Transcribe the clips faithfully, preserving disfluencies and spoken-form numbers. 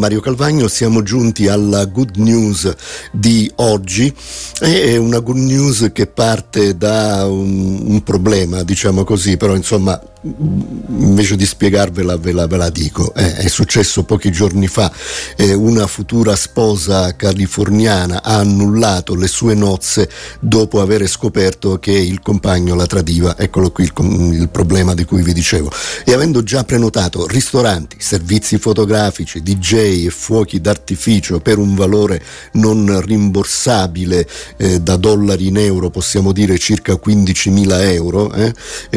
Mario Calvagno, siamo giunti alla good news di oggi. È una good news che parte da un, un problema, diciamo così, però insomma invece di spiegarvela ve la, ve la dico. Eh, è successo pochi giorni fa. Eh, una futura sposa californiana ha annullato le sue nozze dopo aver scoperto che il compagno la tradiva. Eccolo qui il, il problema di cui vi dicevo. E avendo già prenotato ristoranti, servizi fotografici, D J e fuochi d'artificio per un valore non rimborsabile eh, da dollari in euro, possiamo dire circa quindicimila euro, eh,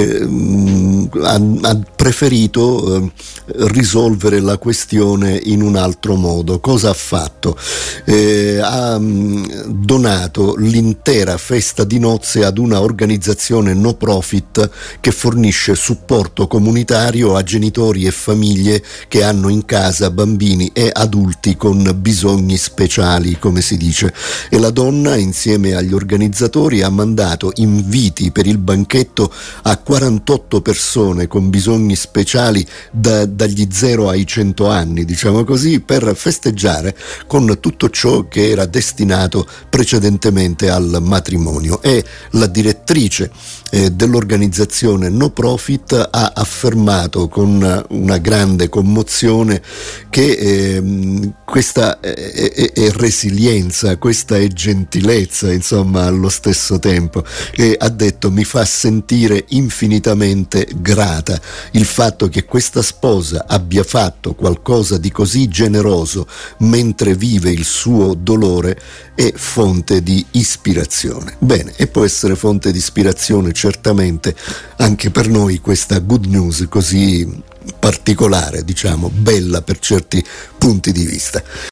eh, ha, ha preferito eh, risolvere la questione in un altro modo. Cosa ha fatto? Eh, ha mh, donato l'intera festa di nozze ad una organizzazione no profit che fornisce supporto comunitario a genitori e famiglie che hanno in casa bambini e adulti con bisogni speciali, come si dice. E la donna, insieme agli organizzatori, ha mandato inviti per il banchetto a quarantotto persone con bisogni speciali da, dagli zero ai cento anni, diciamo così, per festeggiare con tutto ciò che era destinato precedentemente al matrimonio. E la direttrice eh, dell'organizzazione no profit ha affermato con una grande commozione che eh, questa è, è, è resilienza, questa è gentilezza, insomma, allo stesso tempo. E ha detto: mi fa sentire infinitamente grata il fatto che questa sposa abbia fatto qualcosa di così generoso mentre vive il suo dolore. È fonte di ispirazione. Bene, e può essere fonte di ispirazione certamente anche per noi questa good news così particolare, diciamo, bella per certi punti di vista.